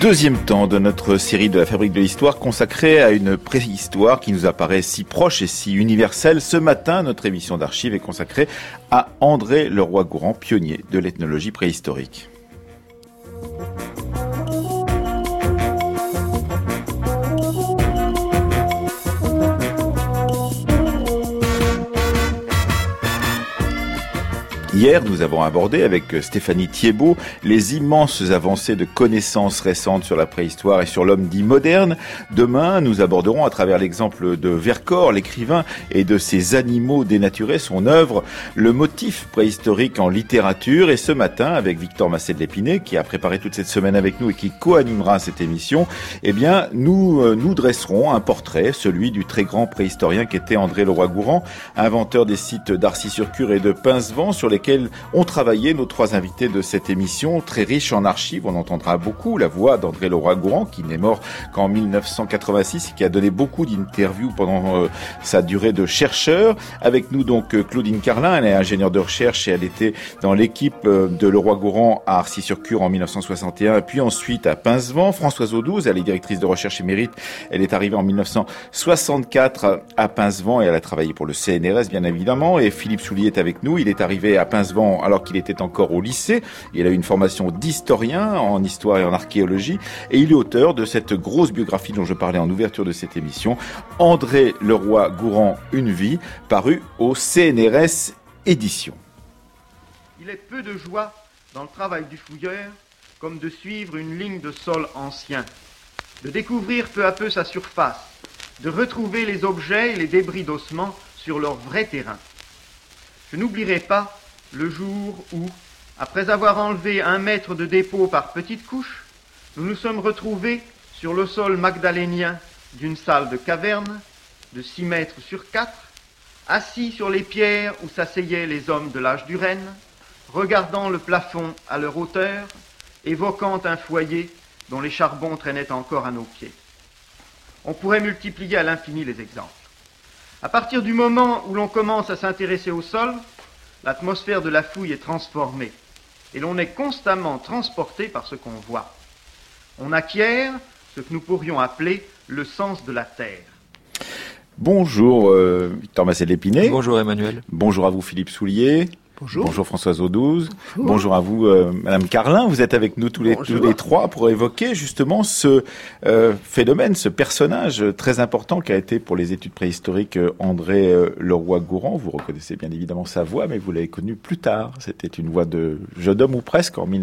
Deuxième temps de notre série de la Fabrique de l'Histoire consacrée à une préhistoire qui nous apparaît si proche et si universelle. Ce matin, notre émission d'archives est consacrée à André Leroi-Gourhan, pionnier de l'ethnologie préhistorique. Hier, nous avons abordé avec Stéphanie Thiebaud les immenses avancées de connaissances récentes sur la préhistoire et sur l'homme dit moderne. Demain, nous aborderons à travers l'exemple de Vercors, l'écrivain, et de ses animaux dénaturés, son œuvre, le motif préhistorique en littérature. Et ce matin, avec Victor Massé de l'Épinay, qui a préparé toute cette semaine avec nous et qui co-animera cette émission, eh bien, nous dresserons un portrait, celui du très grand préhistorien qu'était André Leroi-Gourhan, inventeur des sites d'Arcy-sur-Cure et de Pincevent, sur lesquels ont travaillé nos trois invités de cette émission, très riche en archives. On entendra beaucoup la voix d'André Leroi-Gourhan, qui n'est mort qu'en 1986 et qui a donné beaucoup d'interviews pendant sa durée de chercheur. Avec nous donc Claudine Carlin, elle est ingénieure de recherche et elle était dans l'équipe de Leroi-Gourhan à Arcy-sur-Cure en 1961 et puis ensuite à Pincevent. Françoise Audouze, elle est directrice de recherche émérite. Elle est arrivée en 1964 à Pincevent et elle a travaillé pour le CNRS bien évidemment. Et Philippe Soulier est avec nous. Il est arrivé à Pincevent alors qu'il était encore au lycée. Il a eu une formation d'historien en histoire et en archéologie et il est auteur de cette grosse biographie dont je parlais en ouverture de cette émission, André Leroi-Gourhan, une vie, paru au CNRS Éditions. Il est peu de joie dans le travail du fouilleur comme de suivre une ligne de sol ancien, de découvrir peu à peu sa surface, de retrouver les objets et les débris d'ossements sur leur vrai terrain. Je n'oublierai pas le jour où, après avoir enlevé 1 mètre de dépôt par petites couches, nous nous sommes retrouvés sur le sol magdalénien d'une salle de caverne de 6 mètres sur 4, assis sur les pierres où s'asseyaient les hommes de l'âge du renne, regardant le plafond à leur hauteur, évoquant un foyer dont les charbons traînaient encore à nos pieds. On pourrait multiplier à l'infini les exemples. À partir du moment où l'on commence à s'intéresser au sol, l'atmosphère de la fouille est transformée et l'on est constamment transporté par ce qu'on voit. On acquiert ce que nous pourrions appeler le sens de la terre. Bonjour Victor Massé de l'Épinay. Bonjour Emmanuel. Bonjour à vous Philippe Soulier. Bonjour. Bonjour Françoise Audouze. Bonjour à vous Madame Carlin. Vous êtes avec nous tous les trois pour évoquer justement ce phénomène, ce personnage très important qu'a été pour les études préhistoriques André Leroi-Gourhan. Vous reconnaissez bien évidemment sa voix, mais vous l'avez connu plus tard. C'était une voix de jeune homme ou presque en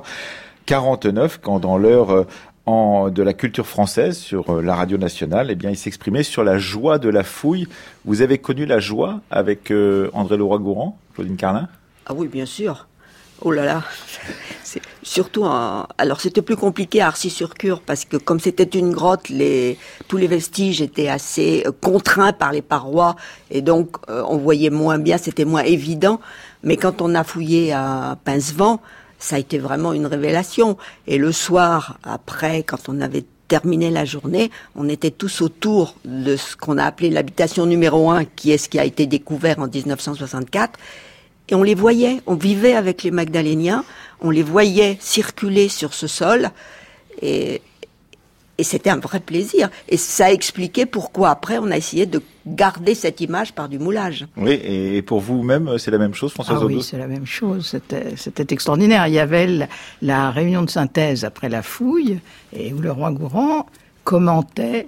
1949, quand dans l'heure de la culture française sur la radio nationale, eh bien, il s'exprimait sur la joie de la fouille. Vous avez connu la joie avec André Leroi-Gourhan, Claudine Carlin? Ah oui, bien sûr. Oh là là. C'est surtout alors c'était plus compliqué à Arcy-sur-Cure parce que comme c'était une grotte, tous les vestiges étaient assez contraints par les parois et donc on voyait moins bien, c'était moins évident. Mais quand on a fouillé à Pincevent, ça a été vraiment une révélation. Et le soir, après, quand on avait terminé la journée, on était tous autour de ce qu'on a appelé l'habitation numéro 1, qui est ce qui a été découvert en 1964. Et on les voyait, on vivait avec les Magdaléniens, on les voyait circuler sur ce sol. Et c'était un vrai plaisir. Et ça a expliqué pourquoi après on a essayé de garder cette image par du moulage. Oui, et pour vous-même, c'est la même chose, Françoise Audouze? Oui, c'est la même chose. C'était extraordinaire. Il y avait la réunion de synthèse après la fouille, et où Leroi-Gourhan commentait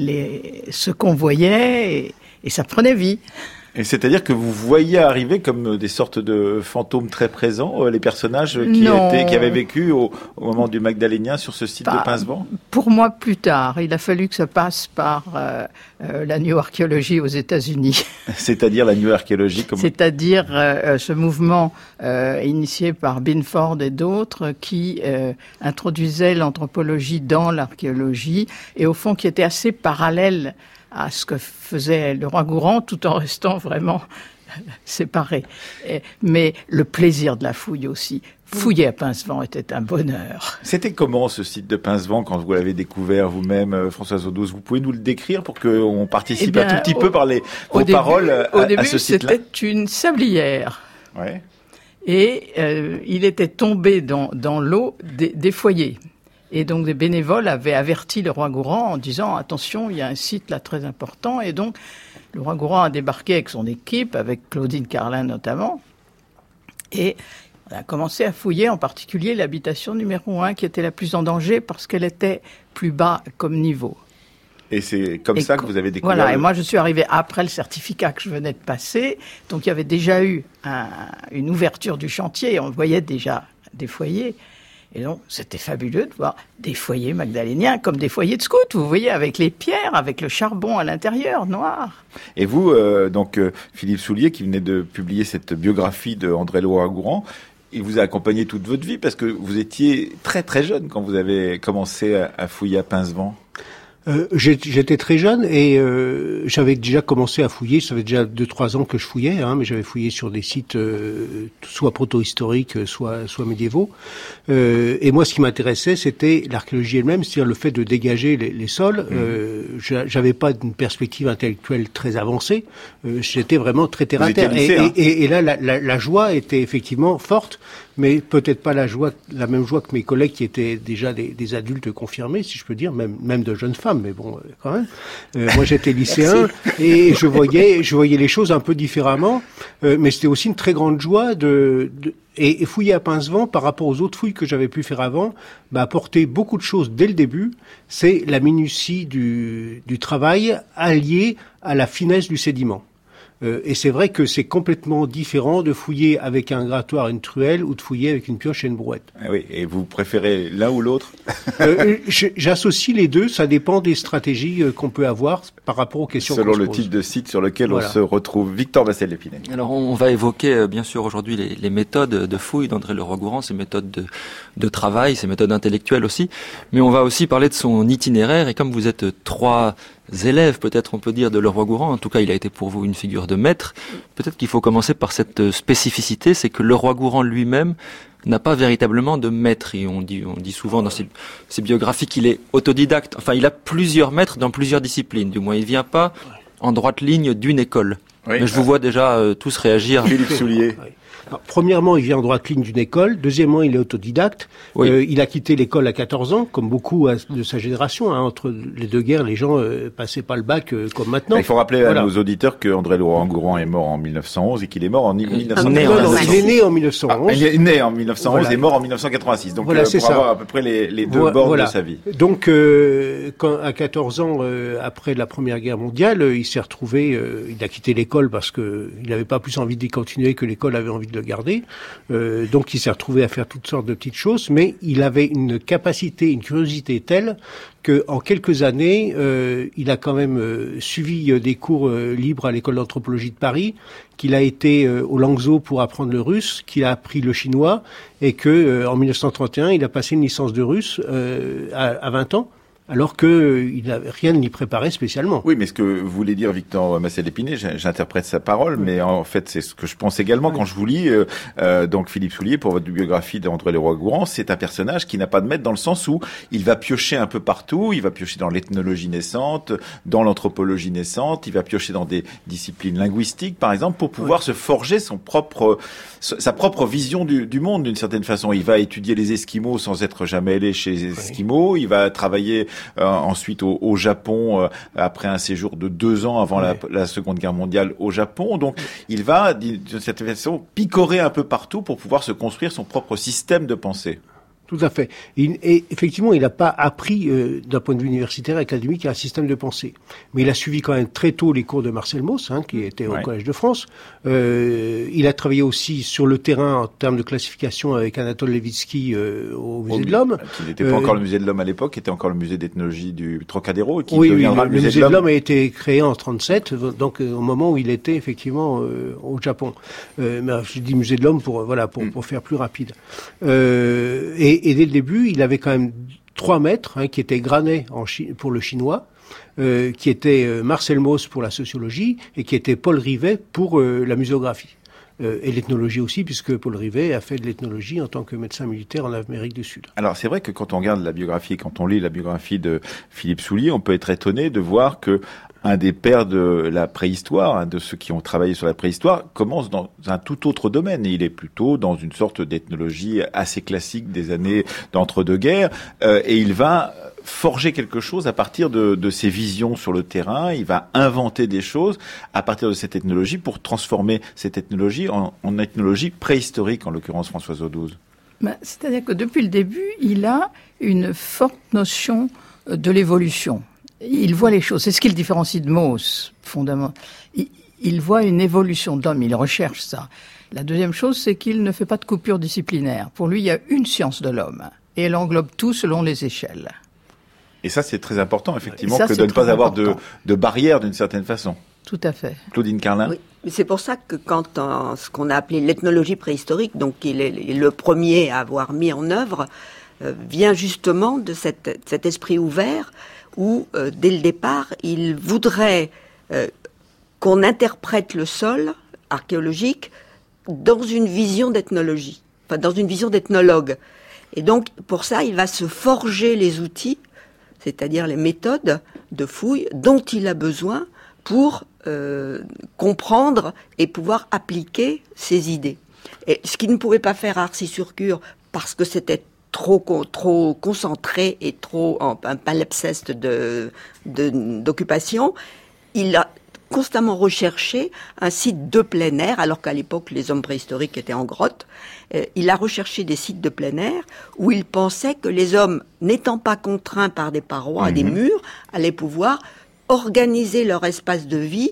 ce qu'on voyait, et ça prenait vie. Et c'est-à-dire que vous voyez arriver comme des sortes de fantômes très présents les personnages qui avaient vécu au moment du Magdalénien sur ce site de Pincevent? Pour moi, plus tard. Il a fallu que ça passe par la New Archéologie aux États-Unis. C'est-à-dire la New Archéologie C'est-à-dire ce mouvement initié par Binford et d'autres qui introduisait l'anthropologie dans l'archéologie et au fond qui était assez parallèle à ce que faisait Leroi-Gourhan, tout en restant vraiment séparés. Mais le plaisir de la fouille aussi. Fouiller à Pincevent était un bonheur. C'était comment ce site de Pincevent quand vous l'avez découvert vous-même, Françoise Audouze? Vous pouvez nous le décrire pour qu'on participe un tout petit peu par vos paroles à ce site-là? Au début, c'était une sablière. Ouais. Et il était tombé dans l'eau des foyers. Et donc des bénévoles avaient averti le roi Gourand en disant « Attention, il y a un site là très important ». Et donc le roi Gourand a débarqué avec son équipe, avec Claudine Carlin notamment. Et on a commencé à fouiller en particulier l'habitation numéro 1 qui était la plus en danger parce qu'elle était plus bas comme niveau. Et c'est comme ça que vous avez découvert... Voilà, et moi je suis arrivé après le certificat que je venais de passer. Donc il y avait déjà eu une ouverture du chantier, on voyait déjà des foyers. Et donc, c'était fabuleux de voir des foyers magdaléniens comme des foyers de scouts, vous voyez, avec les pierres, avec le charbon à l'intérieur, noir. Et vous, Philippe Soulier, qui venez de publier cette biographie de André Leroi-Gourhan, il vous a accompagné toute votre vie parce que vous étiez très très jeune quand vous avez commencé à fouiller à Pincevent. J'étais très jeune et j'avais déjà commencé à fouiller. Ça fait déjà 2-3 ans que je fouillais, mais j'avais fouillé sur des sites soit proto-historiques, soit médiévaux. Et moi, ce qui m'intéressait, c'était l'archéologie elle-même, c'est-à-dire le fait de dégager les sols. J'avais pas une perspective intellectuelle très avancée. J'étais vraiment très terre à terre. Et là, la joie était effectivement forte, mais peut-être pas la même joie que mes collègues qui étaient déjà des adultes confirmés, si je peux dire, même de jeunes femmes. Mais bon, quand même. Moi, j'étais lycéen et je voyais les choses un peu différemment. Mais c'était aussi une très grande joie et fouiller à Pincevent par rapport aux autres fouilles que j'avais pu faire avant, m'a apporté beaucoup de choses dès le début. C'est la minutie du travail alliée à la finesse du sédiment. Et c'est vrai que c'est complètement différent de fouiller avec un grattoir et une truelle ou de fouiller avec une pioche et une brouette. Ah oui, et vous préférez l'un ou l'autre? J'associe les deux, ça dépend des stratégies qu'on peut avoir par rapport aux questions selon qu'on se le pose. type de site sur lequel on se retrouve. Victor Bassel-Lépinay. Alors on va évoquer bien sûr aujourd'hui les méthodes de fouille d'André Leroi-Gourhan, ses méthodes de travail, ses méthodes intellectuelles aussi, mais on va aussi parler de son itinéraire, et comme vous êtes 3 élèves, peut-être on peut dire, de Leroi-Gourhan, en tout cas il a été pour vous une figure de maître, peut-être qu'il faut commencer par cette spécificité, c'est que Leroi-Gourhan lui-même n'a pas véritablement de maître, et on dit souvent dans ses biographies qu'il est autodidacte, enfin il a plusieurs maîtres dans plusieurs disciplines, du moins il vient pas en droite ligne d'une école. Oui, mais je vous vois déjà tous réagir. Philippe Soulier. Alors, premièrement, il vient en droite ligne d'une école. Deuxièmement, il est autodidacte. Oui. Il a quitté l'école à 14 ans, comme beaucoup de sa génération. Entre les deux guerres, les gens passaient pas le bac comme maintenant. Il faut rappeler à nos auditeurs que André Leroi-Gourhan est mort en 1911 et qu'il est mort en 1986. Il est né en 1911. Il est né en 1911 et mort en 1986. Donc pour avoir à peu près les deux bords de sa vie. Donc à 14 ans, après la Première Guerre mondiale, il s'est retrouvé, il a quitté l'école parce que il n'avait pas plus envie d'y continuer que l'école avait envie de le garder. Donc il s'est retrouvé à faire toutes sortes de petites choses, mais il avait une capacité, une curiosité telle que en quelques années, il a quand même suivi des cours libres à l'école d'anthropologie de Paris, qu'il a été au Langzhou pour apprendre le russe, qu'il a appris le chinois, et que en 1931, il a passé une licence de russe à 20 ans. Alors que il n'avait rien n'y préparé spécialement. Oui, mais ce que voulait dire Victor Bassel-Lépinay, j'interprète sa parole, mais en fait c'est ce que je pense également quand je vous lis. Donc Philippe Soulier, pour votre biographie d'André Leroi-Gourhan, c'est un personnage qui n'a pas de maître dans le sens où il va piocher un peu partout. Il va piocher dans l'ethnologie naissante, dans l'anthropologie naissante. Il va piocher dans des disciplines linguistiques, par exemple, pour pouvoir se forger sa propre vision du monde d'une certaine façon. Il va étudier les Esquimaux sans être jamais allé chez les Esquimaux. Il va travailler ensuite au Japon après un séjour de 2 ans avant la Seconde Guerre mondiale au Japon. Donc il va d'une certaine façon picorer un peu partout pour pouvoir se construire son propre système de pensée. Tout à fait. Et effectivement, il n'a pas appris, d'un point de vue universitaire, académique, un système de pensée. Mais il a suivi quand même très tôt les cours de Marcel Mauss, qui était au Collège de France. Il a travaillé aussi sur le terrain en termes de classification avec Anatole Levitsky au Musée de l'Homme. Qui n'était pas encore le Musée de l'Homme à l'époque, qui était encore le musée d'ethnologie du Trocadéro. Et qui deviendra le Musée de l'Homme a été créé en 1937, donc au moment où il était effectivement au Japon. Mais je dis Musée de l'Homme pour faire plus rapide. Et dès le début, il avait quand même 3 maîtres qui étaient Granet pour le chinois, qui était Marcel Mauss pour la sociologie et qui était Paul Rivet pour la muséographie. Et l'ethnologie aussi, puisque Paul Rivet a fait de l'ethnologie en tant que médecin militaire en Amérique du Sud. Alors c'est vrai que quand on regarde la biographie, quand on lit la biographie de Philippe Soulier, on peut être étonné de voir que un des pères de la préhistoire, de ceux qui ont travaillé sur la préhistoire, commence dans un tout autre domaine. Il est plutôt dans une sorte d'ethnologie assez classique des années d'entre-deux-guerres, et il va forger quelque chose à partir de ses visions sur le terrain. Il va inventer des choses à partir de cette ethnologie pour transformer cette ethnologie en ethnologie préhistorique, en l'occurrence Françoise Audouze. C'est-à-dire que depuis le début, il a une forte notion de l'évolution. Il voit les choses. C'est ce qui le différencie de Mauss, fondamentalement. Il voit une évolution de l'homme, il recherche ça. La deuxième chose, c'est qu'il ne fait pas de coupure disciplinaire. Pour lui, il y a une science de l'homme, et elle englobe tout selon les échelles. Et ça, c'est très important, effectivement, que de ne pas avoir de barrière d'une certaine façon. Tout à fait. Claudine Carlin. Oui, mais c'est pour ça que quand ce qu'on a appelé l'ethnologie préhistorique, donc il est le premier à avoir mis en œuvre, vient justement de cet esprit ouvert où, dès le départ, il voudrait qu'on interprète le sol archéologique dans une vision d'ethnologie, enfin dans une vision d'ethnologue. Et donc, pour ça, il va se forger les outils, c'est-à-dire les méthodes de fouille dont il a besoin pour comprendre et pouvoir appliquer ses idées. Et ce qu'il ne pouvait pas faire à Arcis-sur-Cure parce que c'était trop concentré et trop un palimpseste d'occupation, il a constamment recherché un site de plein air, alors qu'à l'époque les hommes préhistoriques étaient en grotte. Il a recherché des sites de plein air où il pensait que les hommes, n'étant pas contraints par des parois, des murs, allaient pouvoir organiser leur espace de vie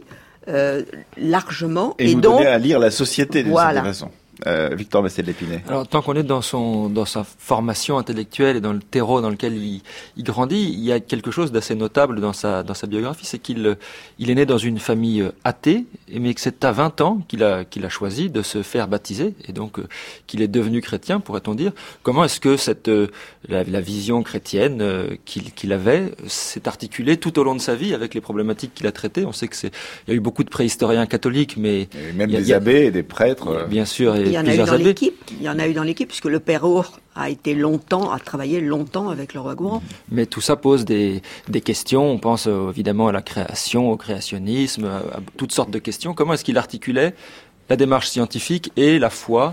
largement. Et nous donc donner à lire la société d'une certaine façon. Victor Massé-de-Lépinay. Alors, tant qu'on est dans sa formation intellectuelle et dans le terreau dans lequel il grandit, il y a quelque chose d'assez notable dans sa biographie, c'est qu'il est né dans une famille athée, mais que c'est à 20 ans qu'il a choisi de se faire baptiser, et donc qu'il est devenu chrétien, pourrait-on dire. Comment est-ce que la vision chrétienne qu'il avait s'est articulée tout au long de sa vie avec les problématiques qu'il a traitées? On sait il y a eu beaucoup de préhistoriens catholiques, mais et même des abbés et des prêtres. Bien sûr. Il y en a eu dans l'équipe. Il y en a eu dans l'équipe puisque le père Aur a travaillé longtemps avec le roi Gourand. Mais tout ça pose des questions. On pense évidemment à la création, au créationnisme, à toutes sortes de questions. Comment est-ce qu'il articulait la démarche scientifique et la foi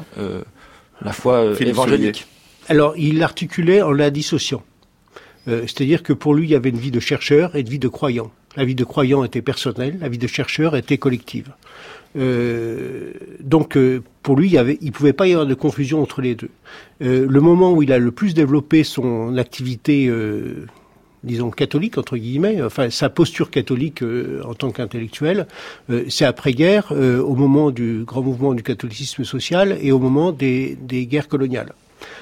évangélique? Alors, il l'articulait en la dissociant. C'est-à-dire que pour lui, il y avait une vie de chercheur et une vie de croyant. La vie de croyant était personnelle, la vie de chercheur était collective. Donc pour lui, il pouvait pas y avoir de confusion entre les deux. Le moment où il a le plus développé son activité, disons catholique entre guillemets, enfin sa posture catholique en tant qu'intellectuel, c'est après-guerre, au moment du grand mouvement du catholicisme social et au moment des guerres coloniales.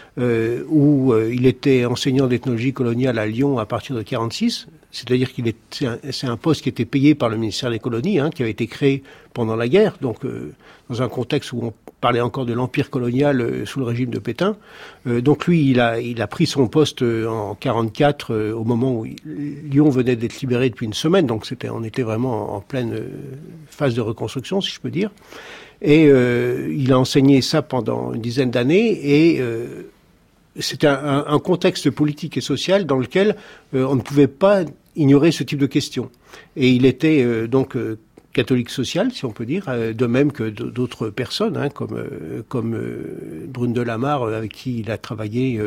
Où il était enseignant d'ethnologie coloniale à Lyon à partir de 1946, c'est-à-dire c'est un poste qui était payé par le ministère des colonies, qui avait été créé pendant la guerre, donc dans un contexte où on parlait encore de l'empire colonial sous le régime de Pétain. Donc lui, il a pris son poste en 1944, au moment où Lyon venait d'être libéré depuis une semaine, donc on était vraiment en pleine phase de reconstruction, si je peux dire. Et il a enseigné ça pendant une dizaine d'années et c'était un contexte politique et social dans lequel on ne pouvait pas ignorer ce type de questions. Et il était donc catholique social, si on peut dire, de même que d'autres personnes, comme Brune de Lamar, avec qui il a travaillé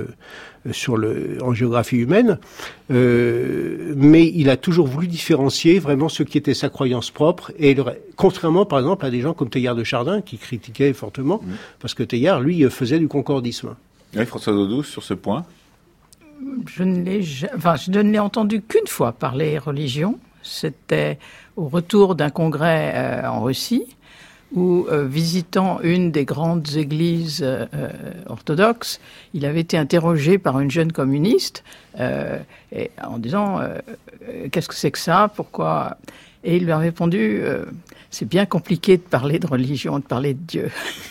en géographie humaine. Mais il a toujours voulu différencier vraiment ce qui était sa croyance propre, et contrairement, par exemple, à des gens comme Teilhard de Chardin, qui critiquaient fortement, parce que Teilhard, lui, faisait du concordisme. Oui, Françoise Audouze, sur ce point. Je ne l'ai entendu qu'une fois parler religion. C'était au retour d'un congrès en Russie, où, visitant une des grandes églises orthodoxes, il avait été interrogé par une jeune communiste et en disant qu'est-ce que c'est que ça, pourquoi? Et il lui a répondu c'est bien compliqué de parler de religion, de parler de Dieu.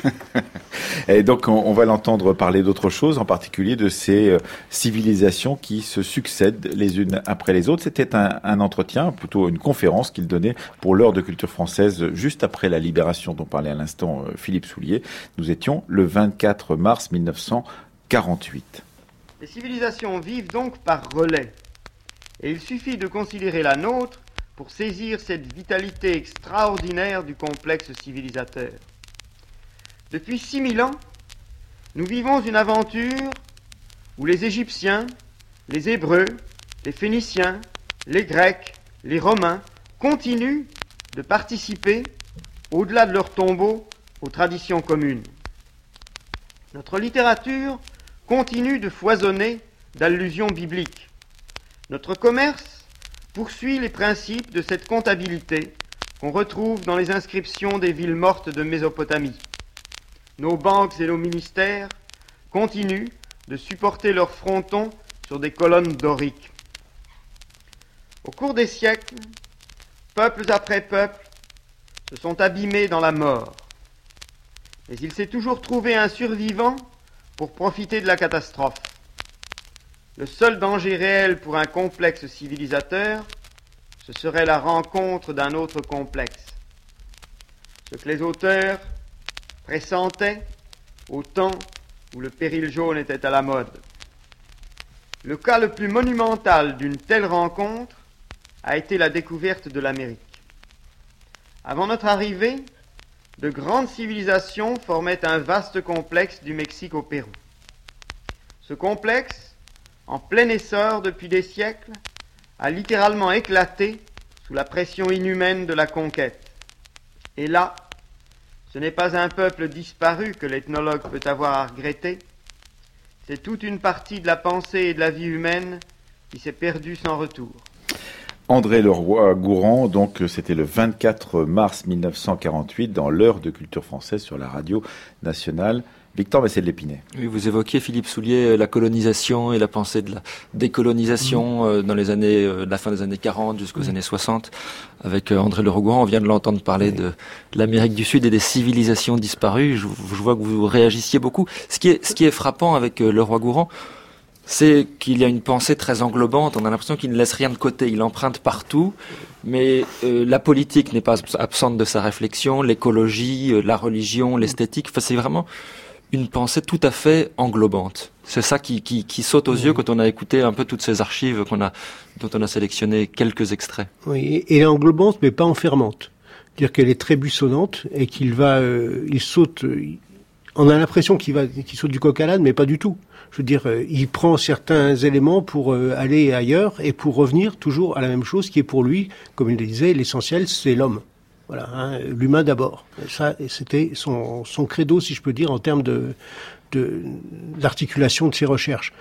Et donc on va l'entendre parler d'autre chose, en particulier de ces civilisations qui se succèdent les unes après les autres. C'était un entretien, plutôt une conférence qu'il donnait pour l'heure de culture française juste après la libération dont parlait à l'instant Philippe Soulier. Nous étions le 24 mars 1948. Les civilisations vivent donc par relais. Et il suffit de considérer la nôtre pour saisir cette vitalité extraordinaire du complexe civilisateur. Depuis 6000 ans, nous vivons une aventure où les Égyptiens, les Hébreux, les Phéniciens, les Grecs, les Romains continuent de participer, au-delà de leurs tombeaux, aux traditions communes. Notre littérature continue de foisonner d'allusions bibliques. Notre commerce poursuit les principes de cette comptabilité qu'on retrouve dans les inscriptions des villes mortes de Mésopotamie. Nos banques et nos ministères continuent de supporter leurs frontons sur des colonnes doriques. Au cours des siècles, peuples après peuples se sont abîmés dans la mort. Mais il s'est toujours trouvé un survivant pour profiter de la catastrophe. Le seul danger réel pour un complexe civilisateur, ce serait la rencontre d'un autre complexe. Ce que les auteurs pressentaient au temps où le péril jaune était à la mode. Le cas le plus monumental d'une telle rencontre a été la découverte de l'Amérique. Avant notre arrivée, de grandes civilisations formaient un vaste complexe du Mexique au Pérou. Ce complexe, en plein essor depuis des siècles, a littéralement éclaté sous la pression inhumaine de la conquête. Et là, ce n'est pas un peuple disparu que l'ethnologue peut avoir à regretter, c'est toute une partie de la pensée et de la vie humaine qui s'est perdue sans retour. André Leroi-Gourhan, donc c'était le 24 mars 1948 dans l'heure de culture française sur la radio nationale. Victor Bessel-Lépinay. Oui, vous évoquiez, Philippe Soulier, la colonisation et la pensée de la décolonisation dans les années, la fin des années 40 jusqu'aux années 60. Avec André Leroi-Gourhan, on vient de l'entendre parler de l'Amérique du Sud et des civilisations disparues. Je vois que vous réagissiez beaucoup. Ce qui est frappant avec Leroi-Gourhan, c'est qu'il y a une pensée très englobante. On a l'impression qu'il ne laisse rien de côté. Il emprunte partout, mais la politique n'est pas absente de sa réflexion. L'écologie, la religion, l'esthétique. Enfin, c'est vraiment une pensée tout à fait englobante. C'est ça qui saute aux yeux quand on a écouté un peu toutes ces archives dont on a sélectionné quelques extraits. Oui, et elle est englobante, mais pas enfermante. C'est-à-dire qu'elle est très buissonnante et il saute. On a l'impression qu'il saute du coq à l'âne, mais pas du tout. Je veux dire, il prend certains éléments pour aller ailleurs et pour revenir toujours à la même chose qui est pour lui, comme il le disait, l'essentiel, c'est l'homme. Voilà, hein, l'humain d'abord. Ça, c'était son credo, si je peux dire, en termes d'articulation de ses recherches.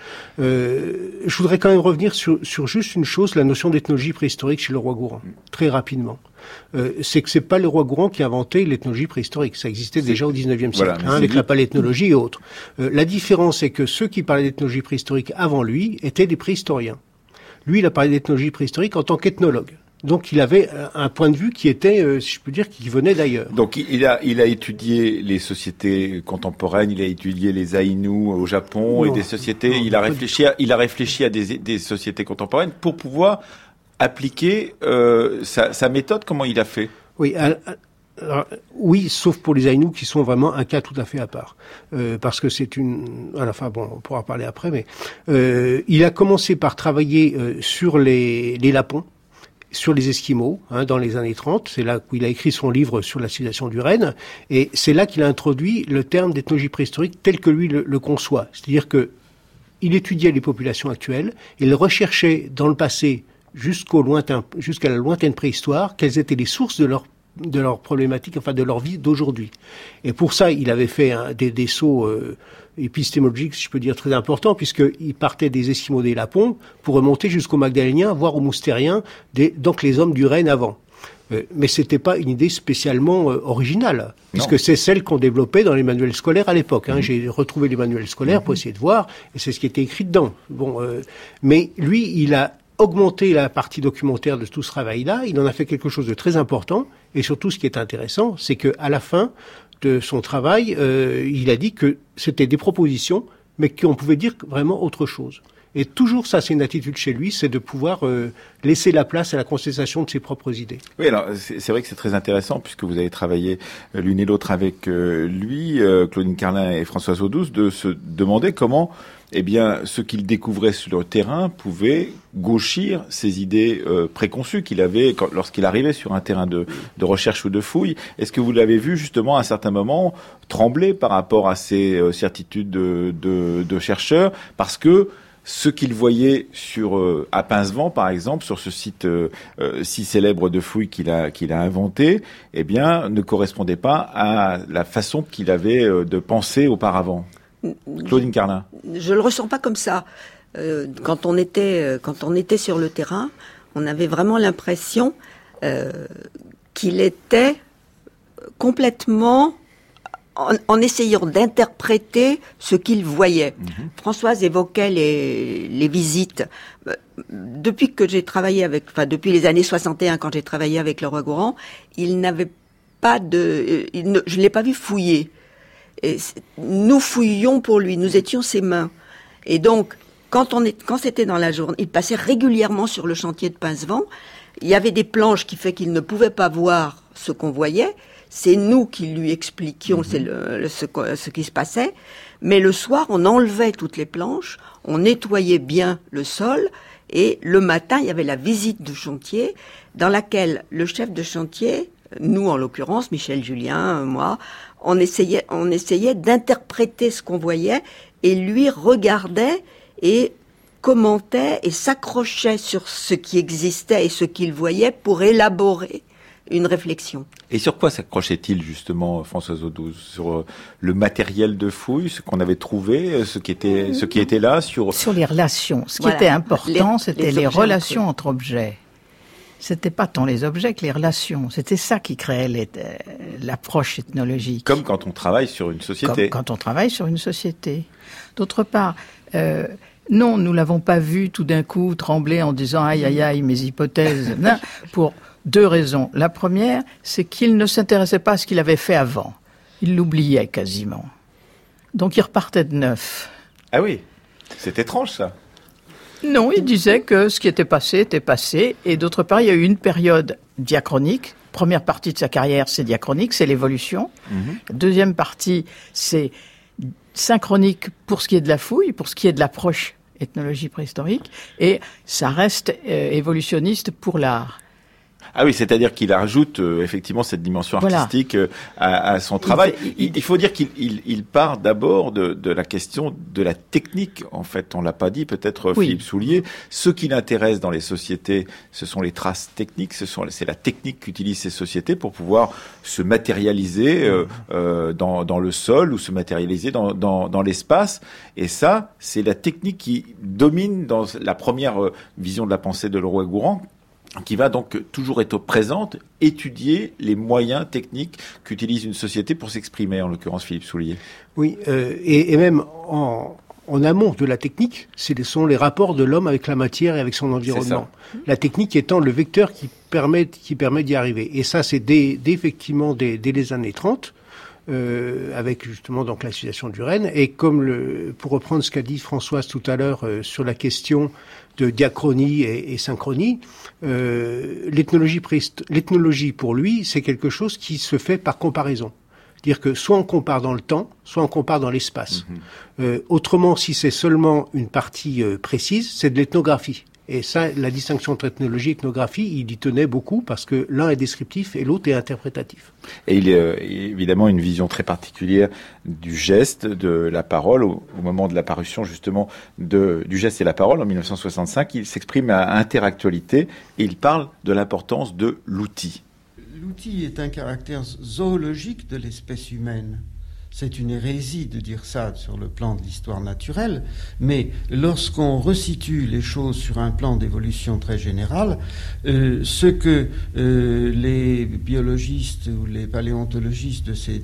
Je voudrais quand même revenir sur juste une chose, la notion d'ethnologie préhistorique chez Leroi-Gourhan, très rapidement. C'est que c'est pas Leroi-Gourhan qui a inventé l'ethnologie préhistorique. Ça existait déjà au 19e siècle, voilà, avec la paléontologie et autres. La différence, c'est que ceux qui parlaient d'ethnologie préhistorique avant lui étaient des préhistoriens. Lui, il a parlé d'ethnologie préhistorique en tant qu'ethnologue. Donc il avait un point de vue qui était, si je peux dire, qui venait d'ailleurs. Donc il a étudié les sociétés contemporaines, il a étudié les Aïnous au Japon et des sociétés. Il a réfléchi à des sociétés contemporaines pour pouvoir appliquer sa méthode. Comment il a fait? Oui. Alors, oui, sauf pour les Aïnous qui sont vraiment un cas tout à fait à part, parce que c'est enfin bon, on pourra parler après, mais il a commencé par travailler sur les Lapons, sur les Esquimaux, dans les années 30. C'est là où il a écrit son livre sur la civilisation du renne, et c'est là qu'il a introduit le terme d'ethnologie préhistorique tel que lui le conçoit. C'est-à-dire que il étudiait les populations actuelles, il recherchait dans le passé jusqu'à la lointaine préhistoire quelles étaient les sources de leur problématique, enfin de leur vie d'aujourd'hui. Et pour ça, il avait fait des sauts épistémologiques, si je peux dire, très importants, puisqu'il partait des Esquimaux des Lapons pour remonter jusqu'aux Magdaléniens, voire aux Moustériens, donc les hommes du renne avant. Mais c'était pas une idée spécialement originale, puisque c'est celle qu'on développait dans les manuels scolaires à l'époque. J'ai retrouvé les manuels scolaires pour essayer de voir, et c'est ce qui était écrit dedans. Mais lui, il a augmenté la partie documentaire de tout ce travail-là. Il en a fait quelque chose de très important, et surtout, ce qui est intéressant, c'est que à la fin de son travail, il a dit que c'était des propositions, mais qu'on pouvait dire vraiment autre chose. Et toujours ça, c'est une attitude chez lui, c'est de pouvoir laisser la place à la contestation de ses propres idées. Oui, alors c'est vrai que c'est très intéressant, puisque vous avez travaillé l'une et l'autre avec lui, Claudine Carlin et Françoise Audouze, de se demander comment eh bien, ce qu'il découvrait sur le terrain pouvait gauchir ses idées préconçues qu'il avait lorsqu'il arrivait sur un terrain de recherche ou de fouille. Est-ce que vous l'avez vu justement à un certain moment trembler par rapport à ces certitudes de chercheurs, parce que ce qu'il voyait à Pincevent, par exemple, sur ce site si célèbre de fouilles qu'il a inventé, eh bien, ne correspondait pas à la façon qu'il avait de penser auparavant. Claudine Carlin. Je le ressens pas comme ça. Quand on était sur le terrain, on avait vraiment l'impression qu'il était complètement en essayant d'interpréter ce qu'il voyait. Françoise évoquait les visites. Depuis que j'ai travaillé depuis les années 61, quand j'ai travaillé avec Leroi-Gourhan, il n'avait pas je l'ai pas vu fouiller. Et nous fouillions pour lui, nous étions ses mains. Et donc, quand c'était dans la journée, il passait régulièrement sur le chantier de Pincevent. Il y avait des planches qui fait qu'il ne pouvait pas voir ce qu'on voyait. C'est nous qui lui expliquions ce qui se passait. Mais le soir, on enlevait toutes les planches, on nettoyait bien le sol, et le matin, il y avait la visite du chantier, dans laquelle le chef de chantier, nous en l'occurrence, Michel Julien, moi, on essayait d'interpréter ce qu'on voyait, et lui regardait et commentait et s'accrochait sur ce qui existait et ce qu'il voyait pour élaborer une réflexion. Et sur quoi s'accrochait-il justement, Françoise Audouze? Sur le matériel de fouille, ce qu'on avait trouvé, ce qui était là, sur les relations. Ce qui était important, c'était les relations entre objets. C'était pas tant les objets que les relations. C'était ça qui créait l'approche ethnologique. Comme quand on travaille sur une société. Comme quand on travaille sur une société. D'autre part, non, nous l'avons pas vu tout d'un coup trembler en disant aïe aïe aïe mes hypothèses. Non, pour 2 raisons. La première, c'est qu'il ne s'intéressait pas à ce qu'il avait fait avant. Il l'oubliait quasiment. Donc il repartait de neuf. Ah oui, c'est étrange ça. Non, il disait que ce qui était passé. Et d'autre part, il y a eu une période diachronique. Première partie de sa carrière, c'est diachronique, c'est l'évolution. Deuxième partie, c'est synchronique pour ce qui est de la fouille, pour ce qui est de l'approche ethnologie préhistorique. Et ça reste évolutionniste pour l'art. Ah oui, c'est-à-dire qu'il ajoute effectivement cette dimension artistique à son travail. Il faut dire qu'il part d'abord de la question de la technique. En fait, on l'a pas dit, peut-être Philippe Soulier. Ce qui l'intéresse dans les sociétés, ce sont les traces techniques. C'est la technique qu'utilisent ces sociétés pour pouvoir se matérialiser dans le sol ou se matérialiser dans l'espace. Et ça, c'est la technique qui domine dans la première vision de la pensée de Leroi-Gourhan, qui va donc toujours être présente, étudier les moyens techniques qu'utilise une société pour s'exprimer, en l'occurrence Philippe Soulier. Oui, et même en amont de la technique, ce sont les rapports de l'homme avec la matière et avec son environnement. La technique étant le vecteur qui permet d'y arriver. Et ça, c'est effectivement dès les années 30, avec justement donc la situation du Rennes. Et comme pour reprendre ce qu'a dit Françoise tout à l'heure sur la question de diachronie et synchronie, l'ethnologie pour lui, c'est quelque chose qui se fait par comparaison. Dire que soit on compare dans le temps, soit on compare dans l'espace. Autrement, si c'est seulement une partie précise, c'est de l'ethnographie. Et ça, la distinction entre ethnologie et ethnographie, il y tenait beaucoup parce que l'un est descriptif et l'autre est interprétatif. Et il y a évidemment une vision très particulière du geste, de la parole. Au moment de l'apparition justement du geste et la parole en 1965, il s'exprime à Interactualité et il parle de l'importance de l'outil. L'outil est un caractère zoologique de l'espèce humaine. C'est une hérésie de dire ça sur le plan de l'histoire naturelle, mais lorsqu'on resitue les choses sur un plan d'évolution très général, ce que les biologistes ou les paléontologistes de ces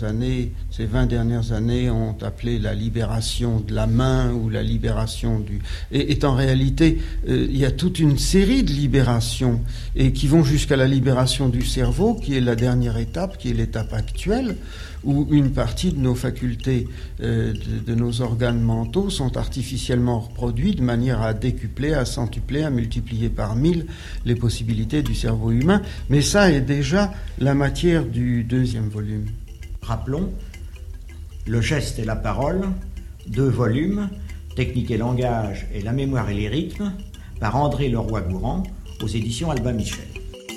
20 dernières années ont appelé la libération de la main ou la libération est en réalité, il y a toute une série de libérations et qui vont jusqu'à la libération du cerveau, qui est la dernière étape, qui est l'étape actuelle, où une partie de nos facultés, de nos organes mentaux sont artificiellement reproduits de manière à décupler, à centupler, à multiplier par 1000 les possibilités du cerveau humain. Mais ça est déjà la matière du 2e volume. Rappelons, Le geste et la parole, 2 volumes, Technique et langage et la mémoire et les rythmes, par André Leroy-Gourhan, aux éditions Albin Michel.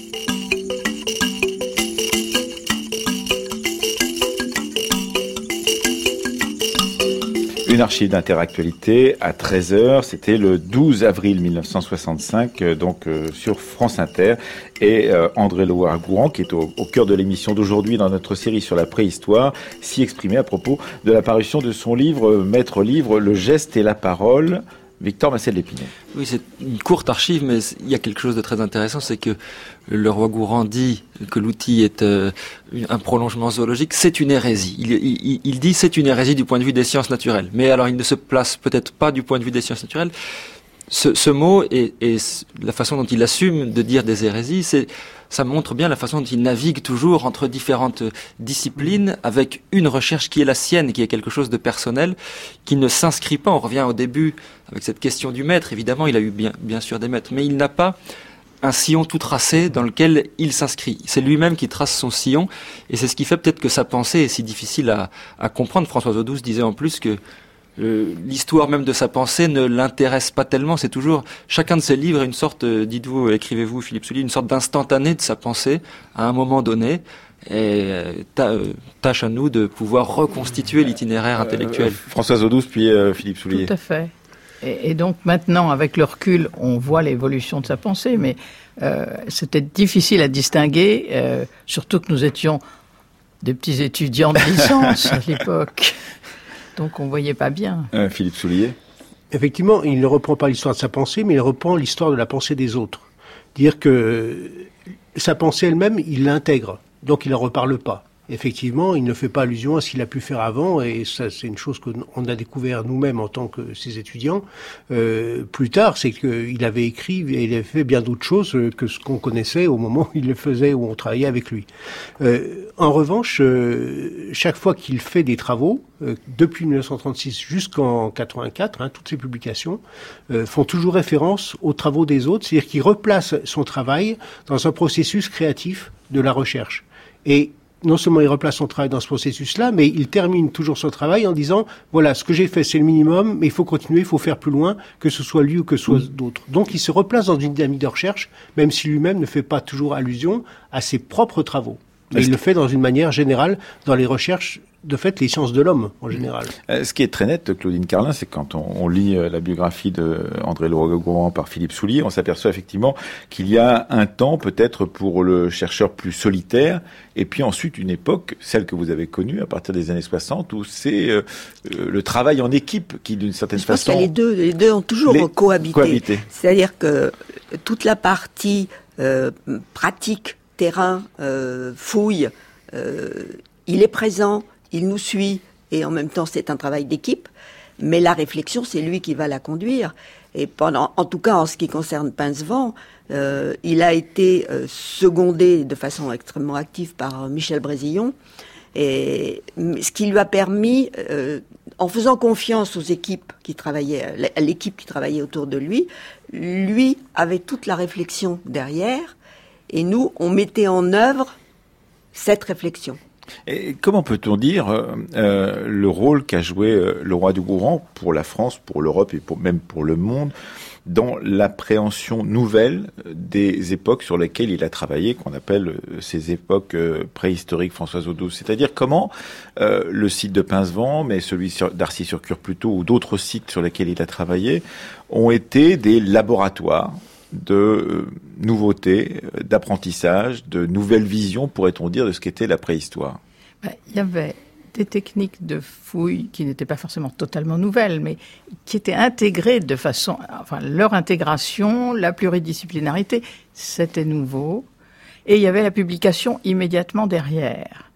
Une archive d'interactualité à 13h, c'était le 12 avril 1965, sur France Inter. Et André Leroy-Gourhan, qui est au cœur de l'émission d'aujourd'hui dans notre série sur la préhistoire, s'y exprimait à propos de la parution de son livre, maître livre, Le geste et la parole. Victor Massel-Lépinay. Oui, c'est une courte archive, mais il y a quelque chose de très intéressant, c'est que Leroy-Gourhan dit que l'outil est un prolongement zoologique, c'est une hérésie. Il dit c'est une hérésie du point de vue des sciences naturelles. Mais alors il ne se place peut-être pas du point de vue des sciences naturelles. Ce mot et la façon dont il assume de dire des hérésies, ça montre bien la façon dont il navigue toujours entre différentes disciplines avec une recherche qui est la sienne, qui est quelque chose de personnel, qui ne s'inscrit pas. On revient au début avec cette question du maître. Évidemment, il a eu bien sûr des maîtres, mais il n'a pas un sillon tout tracé dans lequel il s'inscrit. C'est lui-même qui trace son sillon, et c'est ce qui fait peut-être que sa pensée est si difficile à comprendre. François Audouze disait en plus que l'histoire même de sa pensée ne l'intéresse pas tellement. C'est toujours, chacun de ses livres est une sorte, dites-vous, écrivez-vous Philippe Soulier, une sorte d'instantané de sa pensée à un moment donné. Et tâche à nous de pouvoir reconstituer l'itinéraire intellectuel. Françoise Audouze, puis Philippe Soulier. Tout à fait. Et donc maintenant, avec le recul, on voit l'évolution de sa pensée, mais c'était difficile à distinguer, surtout que nous étions des petits étudiants de licence à l'époque. Donc on ne voyait pas bien. Philippe Soulier. Effectivement, il ne reprend pas l'histoire de sa pensée, mais il reprend l'histoire de la pensée des autres. Dire que sa pensée elle-même, il l'intègre, donc il n'en reparle pas. Effectivement, il ne fait pas allusion à ce qu'il a pu faire avant, et ça, c'est une chose qu'on a découvert nous-mêmes en tant que ses étudiants. Plus tard, c'est qu'il avait écrit et il avait fait bien d'autres choses que ce qu'on connaissait au moment où il le faisait, où on travaillait avec lui. En revanche, chaque fois qu'il fait des travaux, depuis 1936 jusqu'en 84, toutes ses publications font toujours référence aux travaux des autres, c'est-à-dire qu'il replace son travail dans un processus créatif de la recherche. Et non seulement il replace son travail dans ce processus-là, mais il termine toujours son travail en disant « Voilà, ce que j'ai fait, c'est le minimum, mais il faut continuer, il faut faire plus loin, que ce soit lui ou que ce soit d'autres. » Donc il se replace dans une dynamique de recherche, même si lui-même ne fait pas toujours allusion à ses propres travaux. Mais il le fait dans une manière générale dans les recherches, de fait, les sciences de l'homme, en général. Ce qui est très net, Claudine Carlin, c'est que quand on lit la biographie de André Leroy-Gourhan par Philippe Soulier, on s'aperçoit effectivement qu'il y a un temps, peut-être, pour le chercheur plus solitaire, et puis ensuite une époque, celle que vous avez connue à partir des années 60, où c'est le travail en équipe qui, d'une certaine façon... Je pense que les deux ont toujours cohabité. C'est-à-dire que toute la partie pratique, terrain, fouille, il est présent, il nous suit, et en même temps c'est un travail d'équipe, mais la réflexion c'est lui qui va la conduire. Et en tout cas en ce qui concerne Pincevent, il a été secondé de façon extrêmement active par Michel Brézillon, et ce qui lui a permis, en faisant confiance aux équipes qui travaillaient, à l'équipe qui travaillait autour de lui avait toute la réflexion derrière, et nous on mettait en œuvre cette réflexion. Et comment peut-on dire le rôle qu'a joué Leroy-Gourhan pour la France, pour l'Europe et même pour le monde dans l'appréhension nouvelle des époques sur lesquelles il a travaillé, qu'on appelle ces époques préhistoriques, Françoise Audouze. C'est-à-dire comment le site de Pincevent, mais celui d'Arcy-sur-Cure plutôt, ou d'autres sites sur lesquels il a travaillé, ont été des laboratoires de nouveautés, d'apprentissage, de nouvelles visions, pourrait-on dire, de ce qu'était la préhistoire. Il y avait des techniques de fouille qui n'étaient pas forcément totalement nouvelles, mais qui étaient intégrées de façon... Enfin, leur intégration, la pluridisciplinarité, c'était nouveau. Et il y avait la publication immédiatement derrière.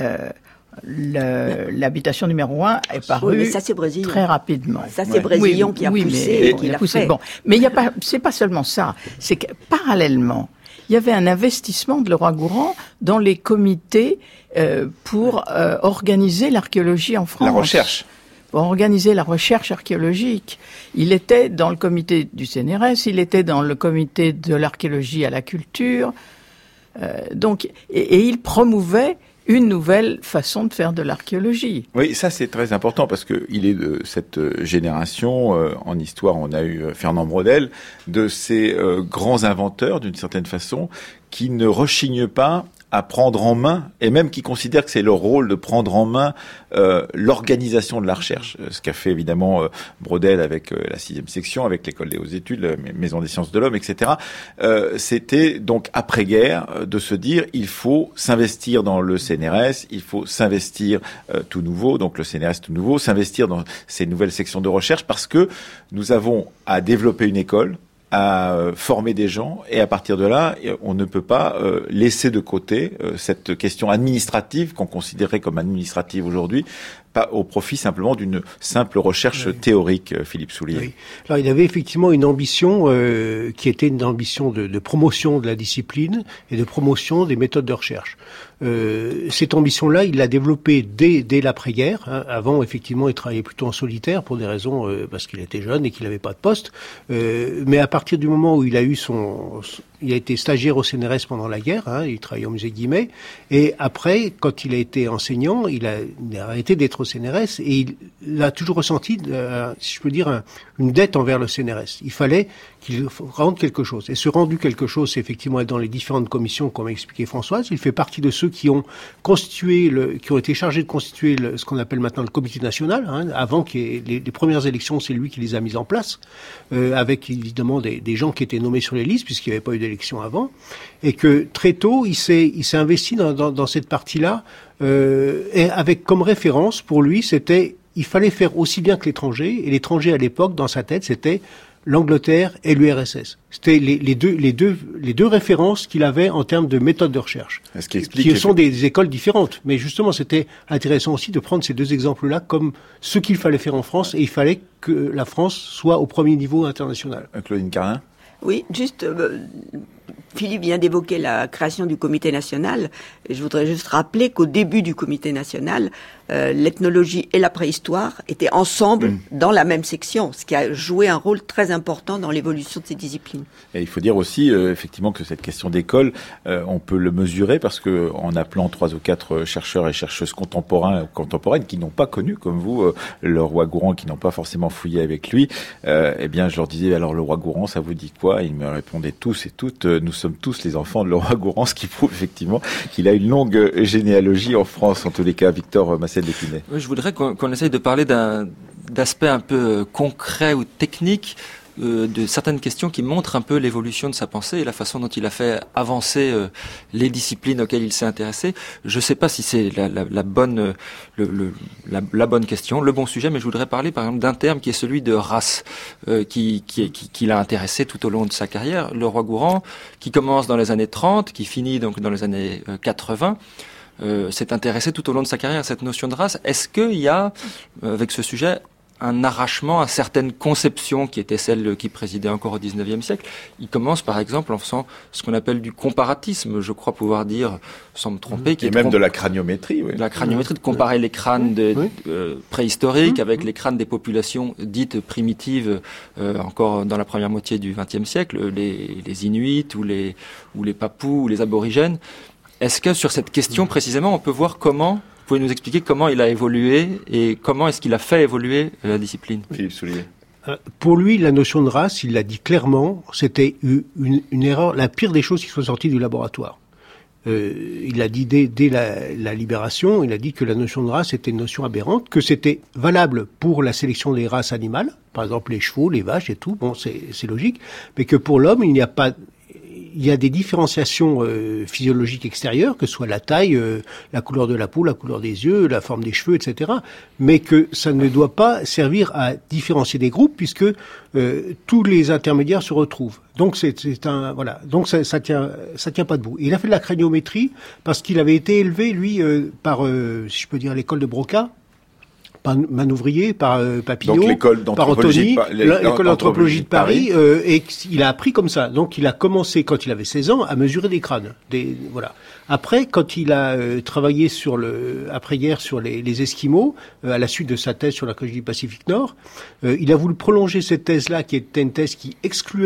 L'habitation numéro 1 est parue très rapidement. Ça, c'est Brézillon qui a poussé. Il a poussé. Bon. Mais il y a pas, c'est pas seulement ça. C'est que, parallèlement, il y avait un investissement de Leroy-Gourhan dans les comités pour organiser l'archéologie en France. La recherche. Pour organiser la recherche archéologique. Il était dans le comité du CNRS, il était dans le comité de l'archéologie à la culture. Donc, et il promouvait une nouvelle façon de faire de l'archéologie. Oui, ça c'est très important parce que il est de cette génération, en histoire on a eu Fernand Braudel, de ces grands inventeurs d'une certaine façon, qui ne rechignent pas à prendre en main, et même qui considèrent que c'est leur rôle de prendre en main l'organisation de la recherche. Ce qu'a fait évidemment Braudel avec la 6e section, avec l'École des hautes études, la Maison des sciences de l'homme, etc. C'était donc après-guerre de se dire il faut s'investir dans le CNRS, il faut s'investir tout nouveau, donc le CNRS tout nouveau, s'investir dans ces nouvelles sections de recherche parce que nous avons à développer une école, à former des gens, et à partir de là, on ne peut pas laisser de côté cette question administrative qu'on considérait comme administrative aujourd'hui, pas au profit simplement d'une simple recherche théorique, Philippe Soulier. Oui. Alors il avait effectivement une ambition qui était une ambition de promotion de la discipline et de promotion des méthodes de recherche. Cette ambition-là, il l'a développée dès l'après-guerre. Hein. Avant, effectivement, il travaillait plutôt en solitaire pour des raisons parce qu'il était jeune et qu'il n'avait pas de poste. Mais à partir du moment où il a eu il a été stagiaire au CNRS pendant la guerre, hein, il travaillait au musée Guimet, et après, quand il a été enseignant, il a arrêté d'être au CNRS et il a toujours ressenti, si je peux dire, une dette envers le CNRS. Il fallait qu'il rende quelque chose. Et ce rendu quelque chose, c'est effectivement être dans les différentes commissions, comme a expliqué Françoise. Il fait partie de ceux qui ont constitué, qui ont été chargés de constituer ce qu'on appelle maintenant le comité national. Hein. Avant les premières élections, c'est lui qui les a mises en place, avec évidemment des gens qui étaient nommés sur les listes, puisqu'il n'y avait pas eu d'élection avant. Et que très tôt, il s'est investi dans cette partie-là, et avec comme référence, pour lui, il fallait faire aussi bien que l'étranger. Et l'étranger, à l'époque, dans sa tête, c'était l'Angleterre et l'URSS. C'était les deux références qu'il avait en termes de méthode de recherche. Qui sont des écoles différentes. Mais justement, c'était intéressant aussi de prendre ces deux exemples-là comme ce qu'il fallait faire en France, et il fallait que la France soit au premier niveau international. Claudine Carlin ? Oui, juste, Philippe vient d'évoquer la création du comité national. Je voudrais juste rappeler qu'au début du comité national, l'ethnologie et la préhistoire étaient ensemble dans la même section, ce qui a joué un rôle très important dans l'évolution de ces disciplines. Et il faut dire aussi, effectivement, que cette question d'école, on peut le mesurer parce que en appelant 3 ou 4 chercheurs et chercheuses contemporaines qui n'ont pas connu, comme vous, le roi Gourand, qui n'ont pas forcément fouillé avec lui, eh bien, je leur disais, alors le roi Gourand, ça vous dit quoi? Ils me répondaient tous et toutes, nous sommes tous les enfants de le roi Gourand, ce qui prouve effectivement qu'il a une longue généalogie en France, en tous les cas. Victor Massel-Lépinay. Oui, je voudrais qu'on essaye de parler d'aspect un peu concret ou technique de certaines questions qui montrent un peu l'évolution de sa pensée et la façon dont il a fait avancer les disciplines auxquelles il s'est intéressé. Je ne sais pas si c'est la bonne question, le bon sujet, mais je voudrais parler par exemple d'un terme qui est celui de race, qui l'a intéressé tout au long de sa carrière. Le roi Gourand, qui commence dans les années 30, qui finit donc dans les années 80, s'est intéressé tout au long de sa carrière à cette notion de race. Est-ce qu'il y a, avec ce sujet, un arrachement à certaines conceptions qui étaient celles qui présidaient encore au XIXe siècle? Il commence par exemple en faisant ce qu'on appelle du comparatisme, je crois pouvoir dire, sans me tromper. Et même de la craniométrie. Oui. De la craniométrie, de comparer les crânes préhistoriques avec les crânes des populations dites primitives, encore dans la première moitié du XXe siècle, les Inuits ou les Papous ou les aborigènes. Est-ce que sur cette question précisément, on peut voir comment, vous pouvez nous expliquer comment il a évolué et comment est-ce qu'il a fait évoluer la discipline? Philippe Soulier. Pour lui, la notion de race, il l'a dit clairement, c'était une erreur, la pire des choses qui soit sortie du laboratoire. Il a dit dès la Libération, il a dit que la notion de race était une notion aberrante, que c'était valable pour la sélection des races animales, par exemple les chevaux, les vaches et tout, bon c'est logique, mais que pour l'homme, il y a des différenciations physiologiques extérieures, que ce soit la taille, la couleur de la peau, la couleur des yeux, la forme des cheveux, etc. Mais que ça ne doit pas servir à différencier des groupes, puisque tous les intermédiaires se retrouvent. Donc donc ça tient pas debout. Et il a fait de la craniométrie parce qu'il avait été élevé lui par, si je peux dire, l'école de Broca. Par Manouvrier, par Papillon, par Antony, l'école d'anthropologie de Paris, et il a appris comme ça. Donc il a commencé, quand il avait 16 ans, à mesurer des crânes. Voilà. Après, quand il a travaillé après-guerre sur les Esquimaux, à la suite de sa thèse sur l'archéologie du Pacifique Nord, il a voulu prolonger cette thèse-là, qui était une thèse qui excluait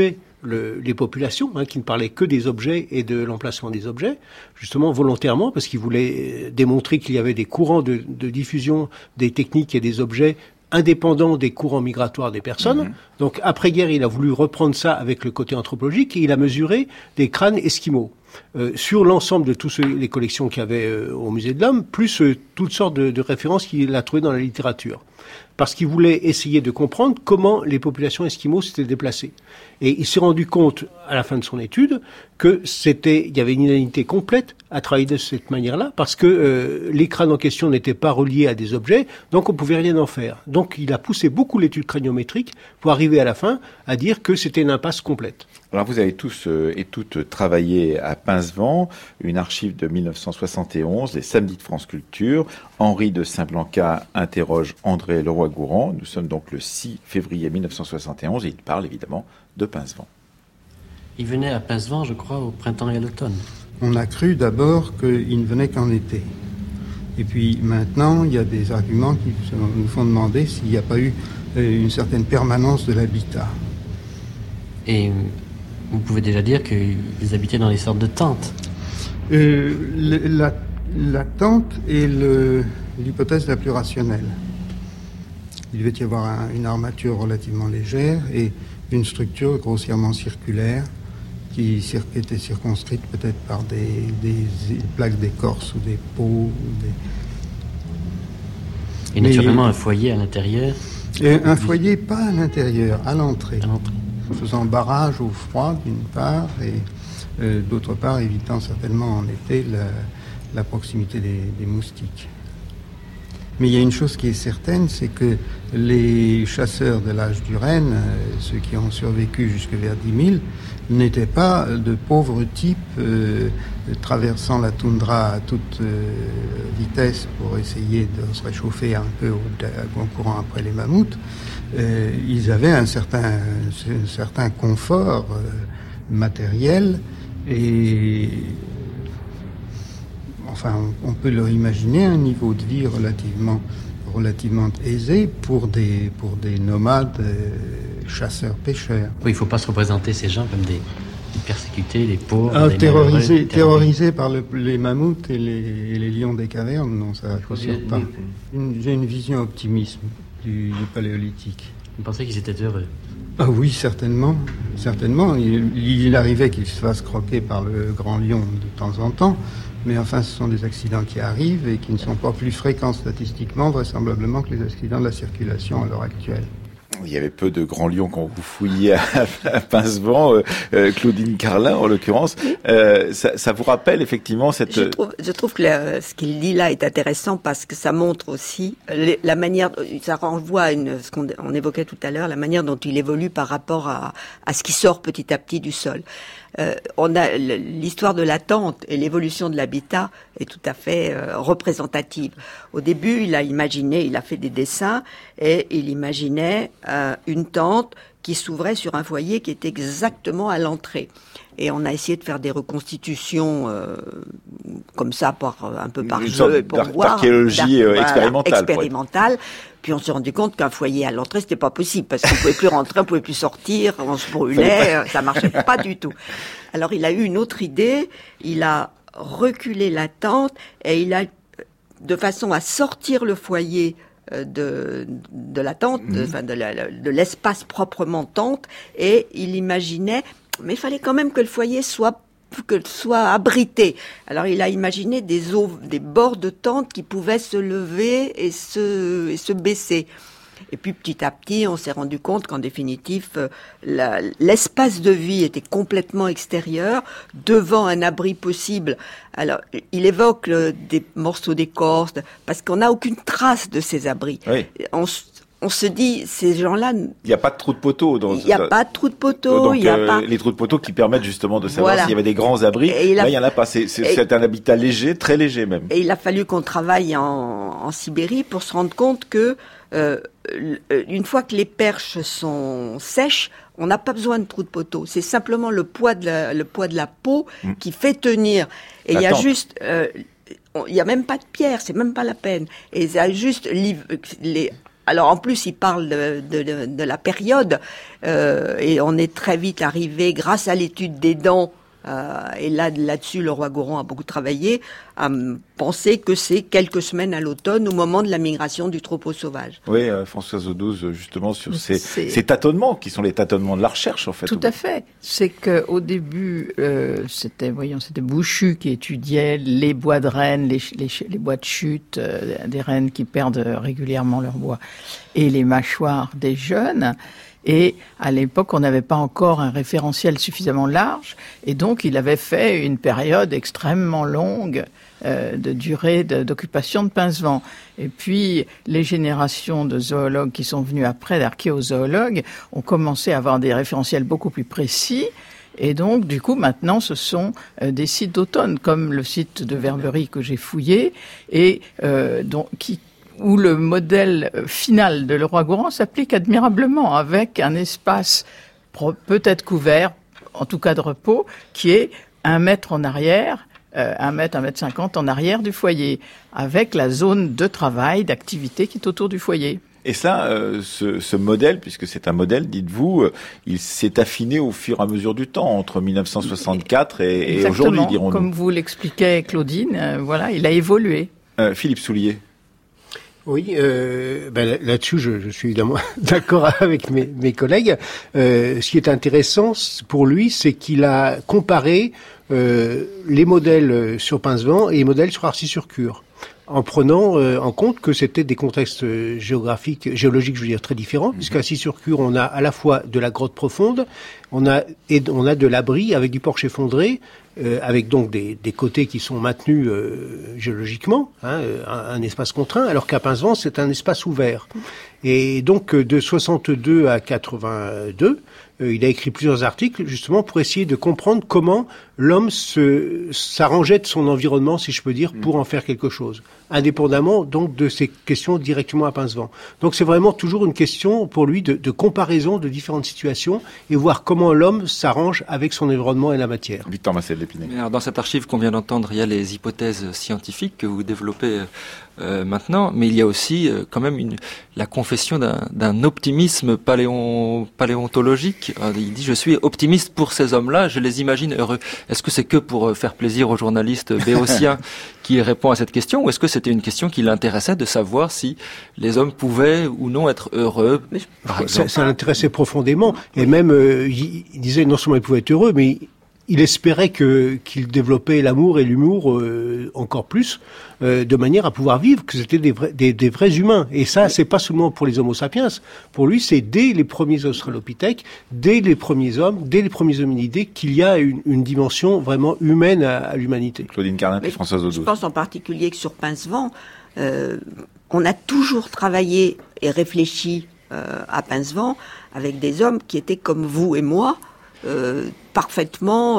les populations, qui ne parlaient que des objets et de l'emplacement des objets, justement volontairement, parce qu'ils voulaient démontrer qu'il y avait des courants de diffusion des techniques et des objets indépendant des courants migratoires des personnes. Donc, après-guerre, il a voulu reprendre ça avec le côté anthropologique et il a mesuré des crânes esquimaux sur l'ensemble de toutes les collections qu'il y avait au Musée de l'Homme, plus toutes sortes de références qu'il a trouvées dans la littérature. Parce qu'il voulait essayer de comprendre comment les populations esquimaux s'étaient déplacées. Et il s'est rendu compte, à la fin de son étude, il y avait une unanimité complète à travailler de cette manière-là, parce que les crânes en question n'étaient pas reliés à des objets, donc on pouvait rien en faire. Donc il a poussé beaucoup l'étude crâniométrique pour arriver à la fin à dire que c'était une impasse complète. Alors vous avez tous et toutes travaillé à Pincevent, une archive de 1971, les Samedis de France Culture. Henri de Saint-Blanca interroge André Leroi-Gourhan. Nous sommes donc le 6 février 1971 et il parle évidemment de Pincevent. Il venait à Pincevent, je crois, au printemps et à l'automne. On a cru d'abord qu'il ne venait qu'en été. Et puis maintenant, il y a des arguments qui nous font demander s'il n'y a pas eu une certaine permanence de l'habitat. Et vous pouvez déjà dire qu'ils habitaient dans des sortes de tentes. La tente est l'hypothèse la plus rationnelle. Il devait y avoir une armature relativement légère et une structure grossièrement circulaire qui était circonscrite peut-être par des plaques d'écorce ou des pots. Et naturellement un foyer à l'intérieur. Un foyer pas à l'intérieur, à l'entrée. Faisant barrage au froid d'une part et d'autre part évitant certainement en été la proximité des moustiques. Mais il y a une chose qui est certaine, c'est que les chasseurs de l'âge du renne, ceux qui ont survécu jusque vers 10 000, n'étaient pas de pauvres types traversant la toundra à toute vitesse pour essayer de se réchauffer un peu en courant après les mammouths. Ils avaient un certain confort matériel et enfin on peut leur imaginer un niveau de vie relativement aisé pour des nomades chasseurs-pêcheurs. Oui, il ne faut pas se représenter ces gens comme des persécutés, des pauvres, des terrorisés par les mammouths et les lions des cavernes. Non, ça ne sûr pas. J'ai une vision optimiste du paléolithique. Vous pensez qu'ils étaient heureux? Ah oui, certainement. Il arrivait qu'ils se fassent croquer par le grand lion de temps en temps, mais enfin ce sont des accidents qui arrivent et qui ne sont pas plus fréquents statistiquement, vraisemblablement, que les accidents de la circulation à l'heure actuelle. Il y avait peu de grands lions quand vous fouilliez à Pincevent, Claudine Carlin en l'occurrence. Ça vous rappelle effectivement cette... Je trouve que ce qu'il dit là est intéressant parce que ça montre aussi la manière, ça renvoie à ce qu'on évoquait tout à l'heure, la manière dont il évolue par rapport à ce qui sort petit à petit du sol. On a l'histoire de la tente et l'évolution de l'habitat est tout à fait représentative. Au début, il a fait des dessins et il imaginait une tente qui s'ouvrait sur un foyer qui était exactement à l'entrée. Et on a essayé de faire des reconstitutions comme ça, un peu par jeu, pour voir. D'archéologie expérimentale. Puis on s'est rendu compte qu'un foyer à l'entrée, c'était pas possible, parce qu'on pouvait plus rentrer, on pouvait plus sortir, on se brûlait, ça marchait pas du tout. Alors il a eu une autre idée, il a reculé la tente, et il a, de façon à sortir le foyer de la tente, de l'espace proprement tente, et il imaginait, mais il fallait quand même que le foyer soit abrité. Alors il a imaginé des bords de tente qui pouvaient se lever et se baisser. Et puis petit à petit, on s'est rendu compte qu'en définitive, l'espace de vie était complètement extérieur, devant un abri possible. Alors, il évoque des morceaux d'écorce, parce qu'on n'a aucune trace de ces abris. Oui. On se dit, ces gens-là... Il n'y a pas de trou de poteau. Il n'y a pas de trou de poteau. Donc, les trous de poteau qui permettent justement de savoir s'il y avait des grands abris. Là, il n'y en a pas. C'est un habitat léger, très léger même. Et il a fallu qu'on travaille en Sibérie pour se rendre compte que une fois que les perches sont sèches, on n'a pas besoin de trou de poteau. C'est simplement le poids de la peau qui fait tenir. Et il y a juste... il n'y a même pas de pierre, c'est même pas la peine. Et il y a juste alors en plus, il parle de la période, et on est très vite arrivé, grâce à l'étude des dents, et là-dessus, le roi Goron a beaucoup travaillé, à penser que c'est quelques semaines à l'automne, au moment de la migration du troupeau sauvage. Oui, Françoise Audouze, justement, sur ces tâtonnements, qui sont les tâtonnements de la recherche, en fait. Tout à fait. C'est qu'au début, c'était Bouchu qui étudiait les bois de rennes, les bois de chute, des rennes qui perdent régulièrement leur bois, et les mâchoires des jeunes. Et à l'époque, on n'avait pas encore un référentiel suffisamment large, et donc il avait fait une période extrêmement longue de durée d'occupation de Pincevent. Et puis, les générations de zoologues qui sont venues après, d'archéozoologues, ont commencé à avoir des référentiels beaucoup plus précis. Et donc, du coup, maintenant, ce sont des sites d'automne, comme le site de Verberie que j'ai fouillé, et où le modèle final de Leroy-Gourhan s'applique admirablement, avec un espace peut-être couvert, en tout cas de repos, qui est 1 mètre en arrière, 1 mètre 50 en arrière du foyer, avec la zone de travail, d'activité qui est autour du foyer. Et ça, ce modèle, puisque c'est un modèle, dites-vous, il s'est affiné au fur et à mesure du temps, entre 1964 et aujourd'hui, dirons-nous. Comme vous l'expliquait Claudine, voilà, il a évolué. Philippe Soulier. Oui, là-dessus, je suis évidemment d'accord avec mes collègues. Ce qui est intéressant pour lui, c'est qu'il a comparé les modèles sur Pincevent et les modèles sur Arcis-sur-Cure, en prenant en compte que c'était des contextes géologiques, très différents, puisqu'à Arcis-sur-Cure, on a à la fois de la grotte profonde, on a de l'abri avec du porche effondré, avec donc des côtés qui sont maintenus géologiquement, un espace contraint, alors qu'à Pincevent, c'est un espace ouvert. Et donc, de 62 à 82, il a écrit plusieurs articles, justement, pour essayer de comprendre comment l'homme s'arrangeait de son environnement, si je peux dire, pour en faire quelque chose, indépendamment, donc, de ces questions directement à Pincevent. Donc, c'est vraiment toujours une question, pour lui, de comparaison de différentes situations, et voir comment l'homme s'arrange avec son environnement et la matière. Victor Massel-Lépinay. Alors, dans cette archive qu'on vient d'entendre, il y a les hypothèses scientifiques que vous développez maintenant, mais il y a aussi quand même la confession d'un optimisme paléontologique. Il dit « Je suis optimiste pour ces hommes-là, je les imagine heureux ». Est-ce que c'est que pour faire plaisir aux journalistes béotiens qui répond à cette question, ou est-ce que c'était une question qui l'intéressait de savoir si les hommes pouvaient ou non être heureux, par exemple? Ça l'intéressait profondément, et même il disait non seulement il pouvait être heureux, mais il espérait qu'il développait l'amour et l'humour encore plus, de manière à pouvoir vivre, que c'était des vrais humains. Et ça, c'est pas seulement pour les Homo sapiens. Pour lui, c'est dès les premiers australopithèques, dès les premiers hommes, dès les premiers hominidés, qu'il y a une dimension vraiment humaine à l'humanité. Claudine Carnat et Françoise Audouze. Je pense en particulier que sur Pincevent, on a toujours travaillé et réfléchi à Pincevent avec des hommes qui étaient comme vous et moi, parfaitement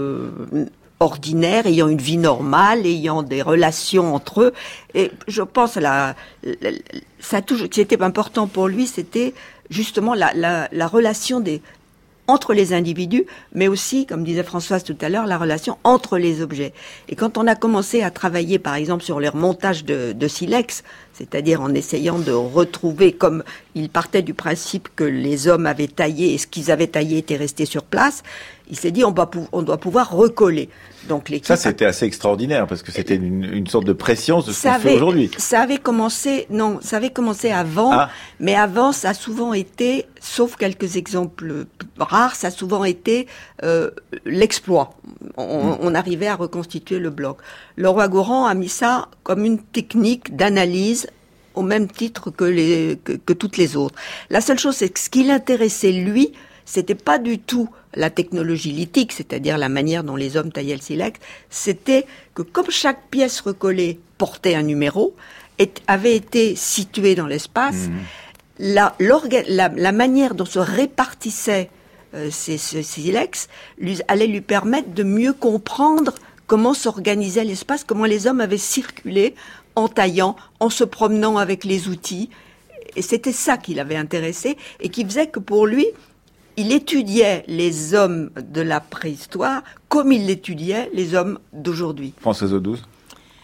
ordinaires, ayant une vie normale, ayant des relations entre eux. Et je pense ça toujours, ce qui était important pour lui, c'était justement la relation entre les individus, mais aussi, comme disait Françoise tout à l'heure, la relation entre les objets. Et quand on a commencé à travailler, par exemple, sur les remontages de silex, c'est-à-dire en essayant de retrouver, comme il partait du principe que les hommes avaient taillé et ce qu'ils avaient taillé était resté sur place, il s'est dit on doit pouvoir recoller. Donc l'équipe ça, c'était assez extraordinaire parce que c'était une sorte de préscience de ce qu'on fait aujourd'hui. Ça avait commencé avant, mais avant ça a souvent été, sauf quelques exemples rares, ça a souvent été l'exploit. On arrivait à reconstituer le bloc. Leroy-Gourhan a mis ça comme une technique d'analyse au même titre que toutes les autres. La seule chose, c'est que ce qui l'intéressait, lui, c'était pas du tout la technologie lithique, c'est-à-dire la manière dont les hommes taillaient le silex, c'était que comme chaque pièce recollée portait un numéro, avait été située dans l'espace, la manière dont se répartissaient ces silex allait lui permettre de mieux comprendre comment s'organisait l'espace, comment les hommes avaient circulé en taillant, en se promenant avec les outils. Et c'était ça qui l'avait intéressé et qui faisait que pour lui, il étudiait les hommes de la préhistoire comme il étudiait les hommes d'aujourd'hui. Françoise Audouze.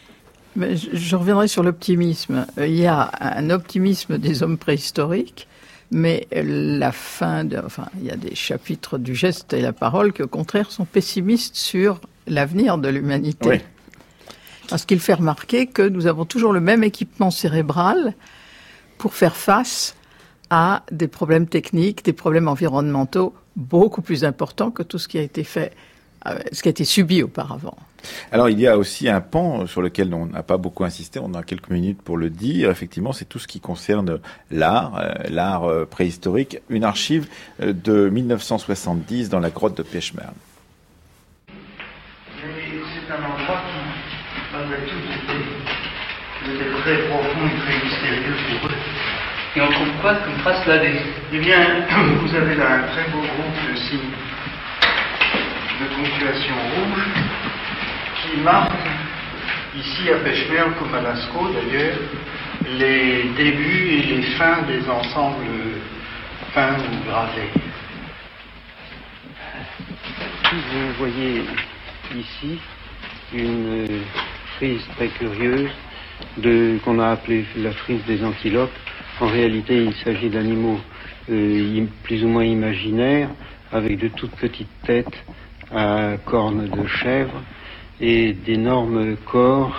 Mais je reviendrai sur l'optimisme. Il y a un optimisme des hommes préhistoriques, mais il y a des chapitres du geste et la parole qui, au contraire, sont pessimistes sur l'avenir de l'humanité. Oui. Parce qu'il fait remarquer que nous avons toujours le même équipement cérébral pour faire face à des problèmes techniques, des problèmes environnementaux beaucoup plus importants que tout ce qui a été fait, ce qui a été subi auparavant. Alors, il y a aussi un pan sur lequel on n'a pas beaucoup insisté, on a quelques minutes pour le dire. Effectivement, c'est tout ce qui concerne l'art préhistorique. Une archive de 1970 dans la grotte de Peshmerg. C'est un endroit qui, malgré tout, était très profond et très mystérieux pour eux. Et on trouve quoi comme trace là Eh bien, vous avez là un très beau groupe de signes de ponctuation rouge qui marque, ici à Peshmerg comme à Lascaux d'ailleurs, les débuts et les fins des ensembles peints ou gravés. Vous voyez ici une frise très curieuse qu'on a appelée la frise des antilopes. En réalité, il s'agit d'animaux plus ou moins imaginaires, avec de toutes petites têtes à cornes de chèvre et d'énormes corps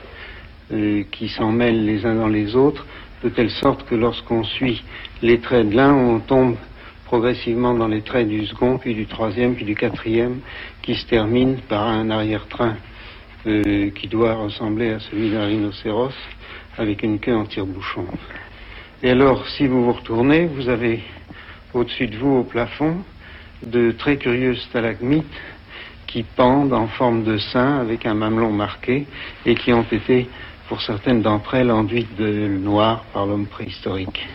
qui s'en mêlent les uns dans les autres, de telle sorte que lorsqu'on suit les traits de l'un, on tombe progressivement dans les traits du second, puis du troisième, puis du quatrième, qui se termine par un arrière-train qui doit ressembler à celui d'un rhinocéros, avec une queue en tire-bouchon. Et alors, si vous vous retournez, vous avez au-dessus de vous, au plafond, de très curieuses stalagmites qui pendent en forme de sein avec un mamelon marqué et qui ont été, pour certaines d'entre elles, enduites de noir par l'homme préhistorique.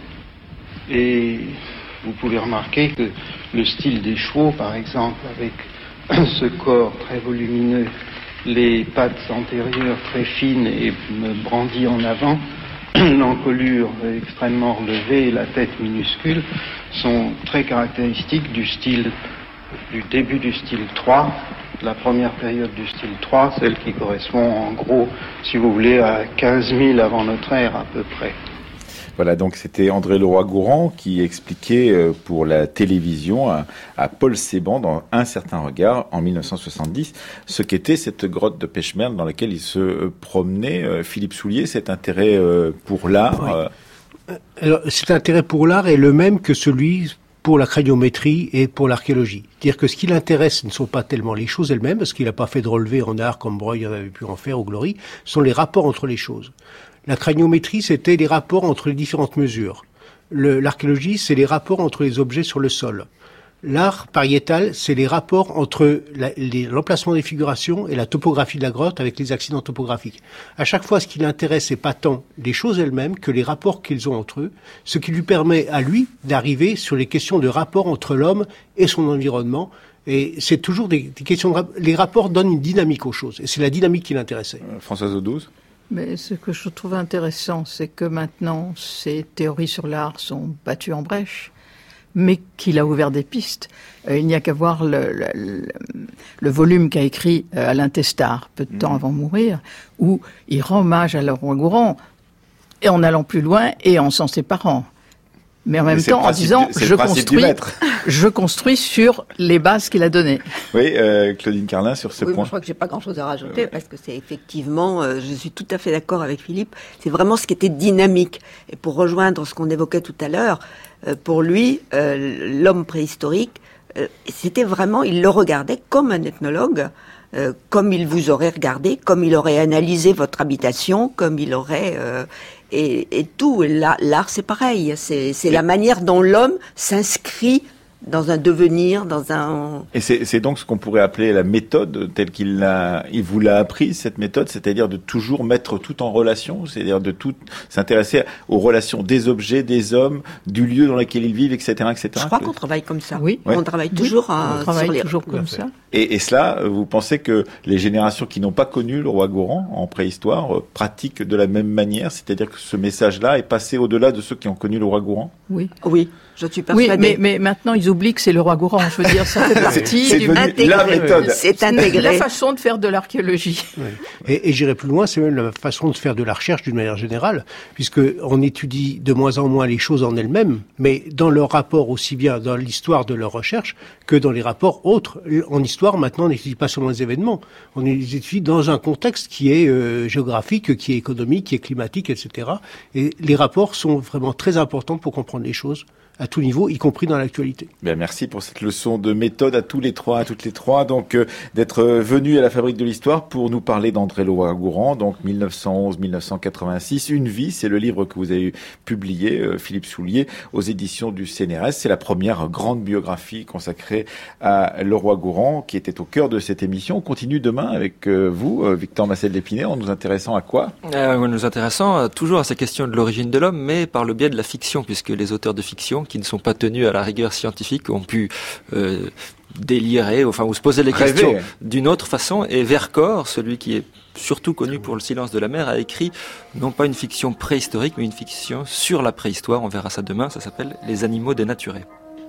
Et vous pouvez remarquer que le style des chevaux, par exemple, avec ce corps très volumineux, les pattes antérieures très fines et brandies en avant, l'encolure extrêmement relevée et la tête minuscule, sont très caractéristiques du début du style 3, la première période du style 3, celle qui correspond en gros, si vous voulez, à 15 000 avant notre ère à peu près. Voilà, donc c'était André Leroy-Gourhan qui expliquait pour la télévision à Paul Séban dans Un certain regard en 1970 ce qu'était cette grotte de Peshmerg dans laquelle il se promenait. Philippe Soulier, cet intérêt pour l'art Alors, cet intérêt pour l'art est le même que celui pour la craniométrie et pour l'archéologie. C'est-à-dire que ce qui l'intéresse ne sont pas tellement les choses elles-mêmes, parce qu'il n'a pas fait de relevé en art comme Breuil en avait pu en faire au Glory, ce sont les rapports entre les choses. La craniométrie, c'était les rapports entre les différentes mesures. L'archéologie, c'est les rapports entre les objets sur le sol. L'art pariétal, c'est les rapports entre l'emplacement des figurations et la topographie de la grotte avec les accidents topographiques. À chaque fois, ce qui l'intéresse, c'est pas tant les choses elles-mêmes que les rapports qu'ils ont entre eux, ce qui lui permet à lui d'arriver sur les questions de rapport entre l'homme et son environnement. Et c'est toujours des questions les rapports donnent une dynamique aux choses. Et c'est la dynamique qui l'intéressait. Françoise Audouze. Mais ce que je trouve intéressant, c'est que maintenant, ces théories sur l'art sont battues en brèche, mais qu'il a ouvert des pistes. Il n'y a qu'à voir le volume qu'a écrit Alain Testard, peu de temps avant de mourir, où il rend hommage à Leroy-Gourhan, et en allant plus loin, et en s'en séparant. Mais en même temps, en disant, je construis sur les bases qu'il a données. Oui, Claudine Carlin, sur ce point. Moi, je crois que j'ai pas grand-chose à rajouter, parce que c'est effectivement, je suis tout à fait d'accord avec Philippe, c'est vraiment ce qui était dynamique. Et pour rejoindre ce qu'on évoquait tout à l'heure, pour lui, l'homme préhistorique, c'était vraiment, il le regardait comme un ethnologue, comme il vous aurait regardé, comme il aurait analysé votre habitation, comme il aurait... Et tout, l'art c'est pareil, c'est la manière dont l'homme s'inscrit dans un devenir, dans un... Et c'est donc ce qu'on pourrait appeler la méthode telle il vous l'a appris, cette méthode, c'est-à-dire de toujours mettre tout en relation, c'est-à-dire de tout s'intéresser aux relations des objets, des hommes, du lieu dans lequel ils vivent, etc., etc. Je crois qu'on travaille comme ça. Oui. On travaille toujours on travaille toujours comme ça. Et cela, vous pensez que les générations qui n'ont pas connu le roi Gourand en préhistoire pratiquent de la même manière, c'est-à-dire que ce message-là est passé au-delà de ceux qui ont connu le roi Gourand? Oui. Oui, je suis persuadée. Mais maintenant ils oublient que c'est le roi Gourand. Je veux dire, ça fait partie c'est devenu la méthode. C'est intégré. La façon de faire de l'archéologie. Oui. Et j'irai plus loin, c'est même la façon de faire de la recherche d'une manière générale, puisque on étudie de moins en moins les choses en elles-mêmes, mais dans leur rapport aussi bien dans l'histoire de leur recherche que dans les rapports autres. En histoire, maintenant, on n'étudie pas seulement les événements, on les étudie dans un contexte qui est géographique, qui est économique, qui est climatique, etc. Et les rapports sont vraiment très importants pour comprendre les choses à tout niveau, y compris dans l'actualité. Bien, merci pour cette leçon de méthode à tous les trois, à toutes les trois, donc d'être venus à la Fabrique de l'Histoire pour nous parler d'André Louvois-Gourand, donc 1911-1986, Une vie, c'est le livre que vous avez publié, Philippe Soulier, aux éditions du CNRS. C'est la première grande biographie consacrée à Louvois-Gourand qui était au cœur de cette émission. On continue demain avec vous, Victor Massel-Lépinay, en nous intéressant à quoi? Nous intéressons toujours à ces questions de l'origine de l'homme, mais par le biais de la fiction, puisque les auteurs de fiction qui ne sont pas tenus à la rigueur scientifique ont pu délirer, ou se poser les questions d'une autre façon. Et Vercors, celui qui est surtout connu pour Le silence de la mer, a écrit non pas une fiction préhistorique, mais une fiction sur la préhistoire. On verra ça demain. Ça s'appelle Les animaux dénaturés.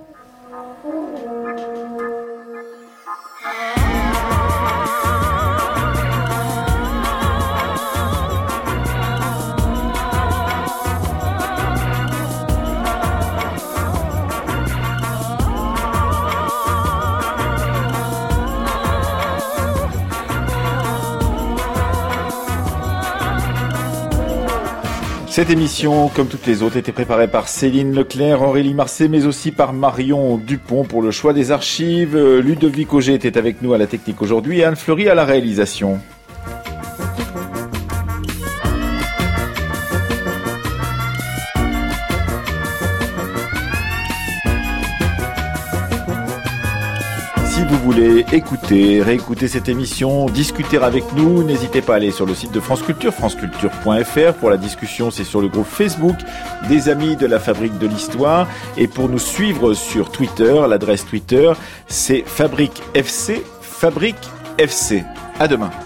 Cette émission, comme toutes les autres, était préparée par Céline Leclerc, Aurélie Marcet, mais aussi par Marion Dupont pour le choix des archives. Ludovic Auger était avec nous à la technique aujourd'hui et Anne Fleury à la réalisation. Si vous voulez écouter, réécouter cette émission, discuter avec nous, n'hésitez pas à aller sur le site de France Culture, franceculture.fr. Pour la discussion, c'est sur le groupe Facebook des Amis de la Fabrique de l'Histoire. Et pour nous suivre sur Twitter, l'adresse Twitter, c'est Fabrique FC, Fabrique FC. À demain.